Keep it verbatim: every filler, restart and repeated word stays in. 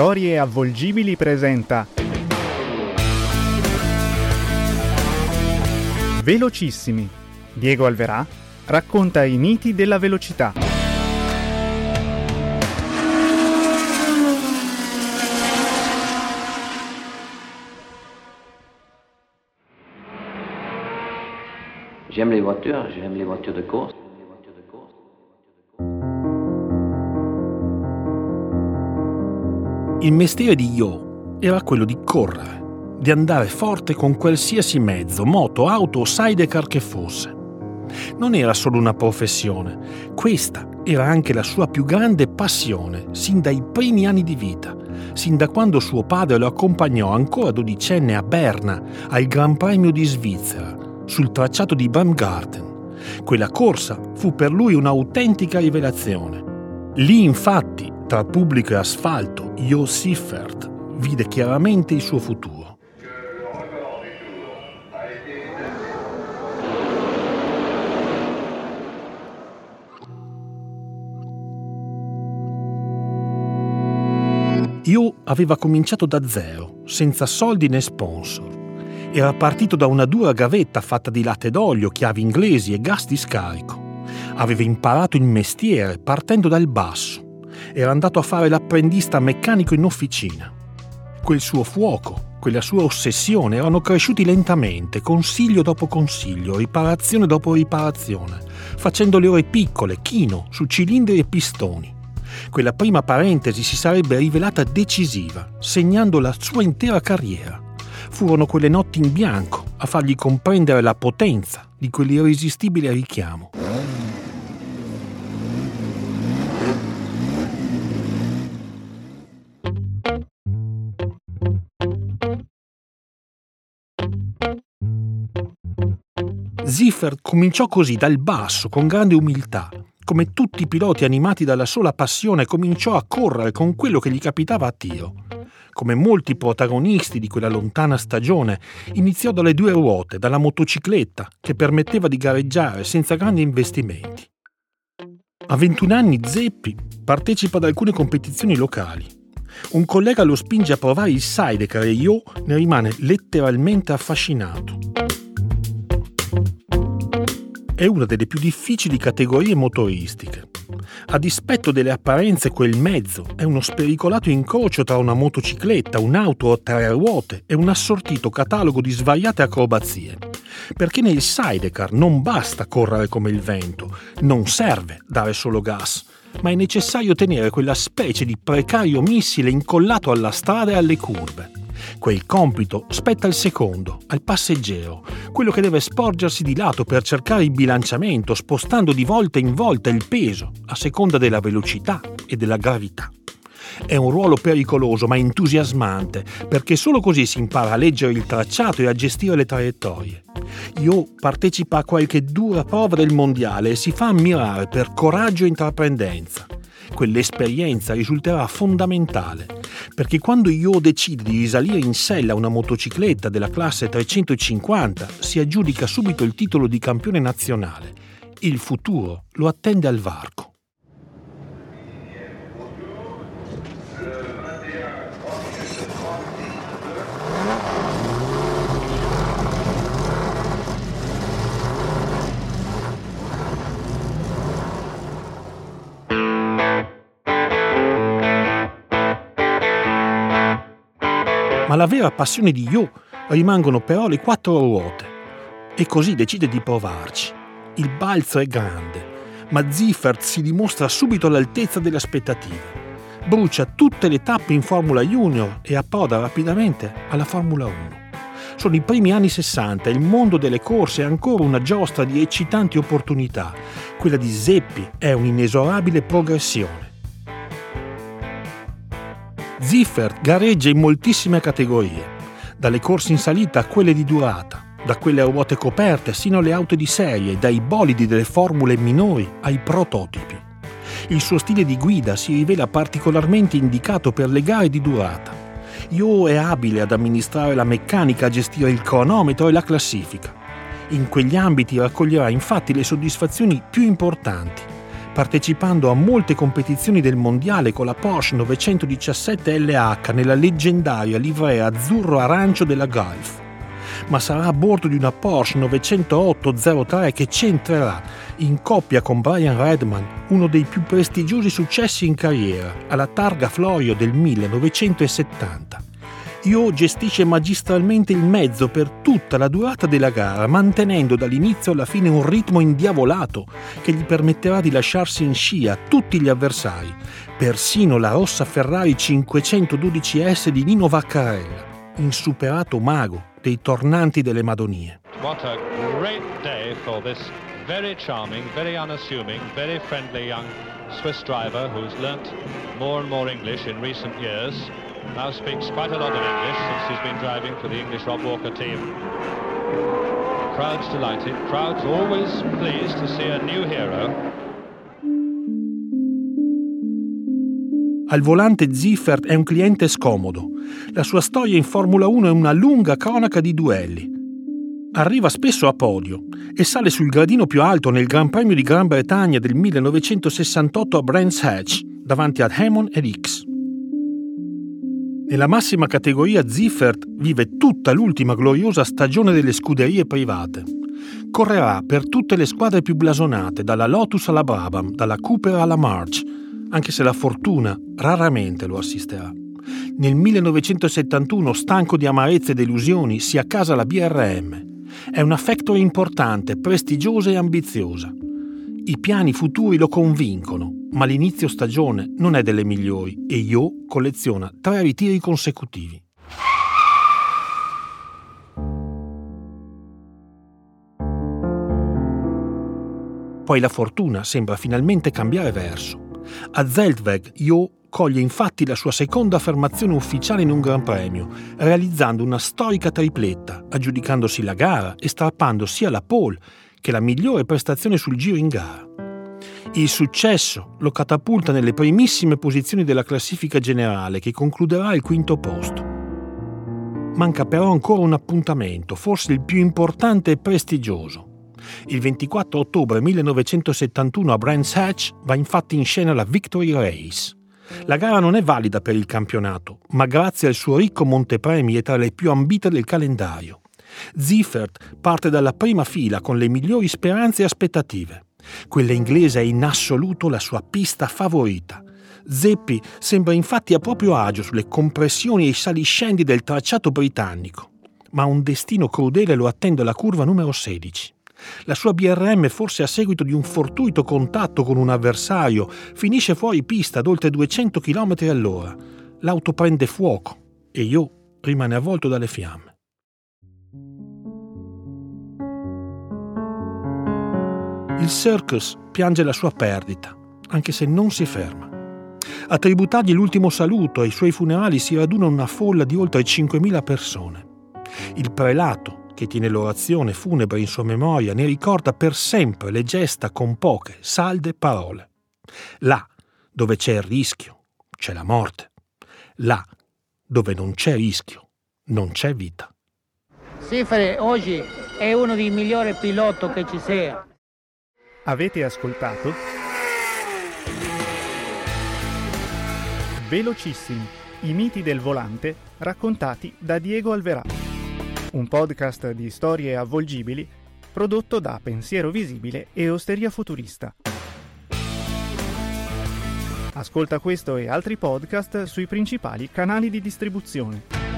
Storie Avvolgibili presenta Velocissimi. Diego Alverà racconta i miti della velocità. J'aime les voitures, j'aime les voitures de course. Il mestiere di Joe era quello di correre, di andare forte con qualsiasi mezzo, moto, auto o sidecar che fosse. Non era solo una professione, questa era anche la sua più grande passione, sin dai primi anni di vita, sin da quando suo padre lo accompagnò ancora dodicenne a Berna al Gran Premio di Svizzera, sul tracciato di Baumgarten. Quella corsa fu per lui un'autentica rivelazione. Lì, infatti, tra pubblico e asfalto, Joe Siffert vide chiaramente il suo futuro. Joe aveva cominciato da zero, senza soldi né sponsor. Era partito da una dura gavetta fatta di latte d'olio, chiavi inglesi e gas di scarico. Aveva imparato il mestiere partendo dal basso. Era andato a fare l'apprendista meccanico in officina. Quel suo fuoco, quella sua ossessione erano cresciuti lentamente, consiglio dopo consiglio, riparazione dopo riparazione, facendo le ore piccole, chino, su cilindri e pistoni. Quella prima parentesi si sarebbe rivelata decisiva, segnando la sua intera carriera. Furono quelle notti in bianco a fargli comprendere la potenza di quell'irresistibile richiamo. Siffert cominciò così dal basso, con grande umiltà. Come tutti i piloti animati dalla sola passione, cominciò a correre con quello che gli capitava a tiro. Come molti protagonisti di quella lontana stagione, iniziò dalle due ruote, dalla motocicletta, che permetteva di gareggiare senza grandi investimenti. A ventuno anni Zeppi partecipa ad alcune competizioni locali. Un collega lo spinge a provare il sidecar e Joe ne rimane letteralmente affascinato. È una delle più difficili categorie motoristiche. A dispetto delle apparenze, quel mezzo è uno spericolato incrocio tra una motocicletta, un'auto a tre ruote e un assortito catalogo di svariate acrobazie. Perché nel sidecar non basta correre come il vento, non serve dare solo gas, ma è necessario tenere quella specie di precario missile incollato alla strada e alle curve. Quel compito spetta al secondo, al passeggero, quello che deve sporgersi di lato per cercare il bilanciamento, spostando di volta in volta il peso a seconda della velocità e della gravità. È un ruolo pericoloso ma entusiasmante, perché solo così si impara a leggere il tracciato e a gestire le traiettorie. Joe partecipa a qualche dura prova del mondiale e si fa ammirare per coraggio e intraprendenza. Quell'esperienza risulterà fondamentale, perché quando Joe decide di risalire in sella una motocicletta della classe trecentocinquanta, si aggiudica subito il titolo di campione nazionale. Il futuro lo attende al varco. Ma la vera passione di Joe rimangono però le quattro ruote. E così decide di provarci. Il balzo è grande, ma Siffert si dimostra subito all'altezza delle aspettative. Brucia tutte le tappe in Formula Junior e approda rapidamente alla Formula uno. Sono i primi anni sessanta e il mondo delle corse è ancora una giostra di eccitanti opportunità. Quella di Zeppi è un'inesorabile progressione. Siffert gareggia in moltissime categorie, dalle corse in salita a quelle di durata, da quelle a ruote coperte sino alle auto di serie, dai bolidi delle formule minori ai prototipi. Il suo stile di guida si rivela particolarmente indicato per le gare di durata. Joe è abile ad amministrare la meccanica, a gestire il cronometro e la classifica. In quegli ambiti raccoglierà infatti le soddisfazioni più importanti, partecipando a molte competizioni del mondiale con la Porsche novecentodiciassette L H nella leggendaria livrea azzurro-arancio della Gulf. Ma sarà a bordo di una Porsche novecentootto zero tre che centrerà, in coppia con Brian Redman, uno dei più prestigiosi successi in carriera, alla Targa Florio del millenovecentosettanta. Io gestisce magistralmente il mezzo per tutta la durata della gara, mantenendo dall'inizio alla fine un ritmo indiavolato che gli permetterà di lasciarsi in scia tutti gli avversari, persino la rossa Ferrari cinquecentododici S di Nino Vaccarella, insuperato mago dei tornanti delle Madonie. What a great day for this very charming, very unassuming, very friendly young Swiss driver who's learnt more and more English in recent years. Now speaks quite a lot of English since he's been driving for the English Rob Walker team. Crowds delighted, crowds always pleased to see a new hero. Al volante Ziffert è un cliente scomodo. La sua storia in Formula uno è una lunga cronaca di duelli. Arriva spesso a podio e sale sul gradino più alto nel Gran Premio di Gran Bretagna del millenovecentosessantotto a Brands Hatch, davanti ad Hammond ed Hicks. Nella massima categoria Ziffert vive tutta l'ultima gloriosa stagione delle scuderie private. Correrà per tutte le squadre più blasonate, dalla Lotus alla Brabham, dalla Cooper alla March, anche se la fortuna raramente lo assisterà. Nel millenovecentosettantuno, stanco di amarezze e delusioni, si accasa la B R M. È una factory importante, prestigiosa e ambiziosa. I piani futuri lo convincono, ma l'inizio stagione non è delle migliori e Io colleziona tre ritiri consecutivi. Poi la fortuna sembra finalmente cambiare verso. A Zeltweg Io coglie infatti la sua seconda affermazione ufficiale in un Gran Premio, realizzando una storica tripletta, aggiudicandosi la gara e strappando sia la pole che la migliore prestazione sul giro in gara. Il successo lo catapulta nelle primissime posizioni della classifica generale, che concluderà al quinto posto. Manca però ancora un appuntamento, forse il più importante e prestigioso. Il ventiquattro ottobre millenovecentosettantuno a Brands Hatch va infatti in scena la Victory Race. La gara non è valida per il campionato, ma grazie al suo ricco montepremi è tra le più ambite del calendario. Ziffert parte dalla prima fila con le migliori speranze e aspettative. Quella inglese è in assoluto la sua pista favorita. Zeppi sembra infatti a proprio agio sulle compressioni e i saliscendi del tracciato britannico, ma un destino crudele lo attende alla curva numero sedici. La sua B R M, forse a seguito di un fortuito contatto con un avversario, finisce fuori pista ad oltre duecento chilometri all'ora. L'auto prende fuoco e Io rimane avvolto dalle fiamme. Il circus piange la sua perdita, anche se non si ferma. A tributargli l'ultimo saluto ai suoi funerali si raduna una folla di oltre cinquemila persone. Il prelato, che tiene l'orazione funebre in sua memoria, ne ricorda per sempre le gesta con poche, salde parole. Là dove c'è il rischio, c'è la morte. Là dove non c'è rischio, non c'è vita. Ziffert oggi è uno dei migliori piloti che ci sia. Avete ascoltato Velocissimi, i miti del volante raccontati da Diego Alverà. Un podcast di storie avvolgibili prodotto da Pensiero Visibile e Osteria Futurista. Ascolta questo e altri podcast sui principali canali di distribuzione.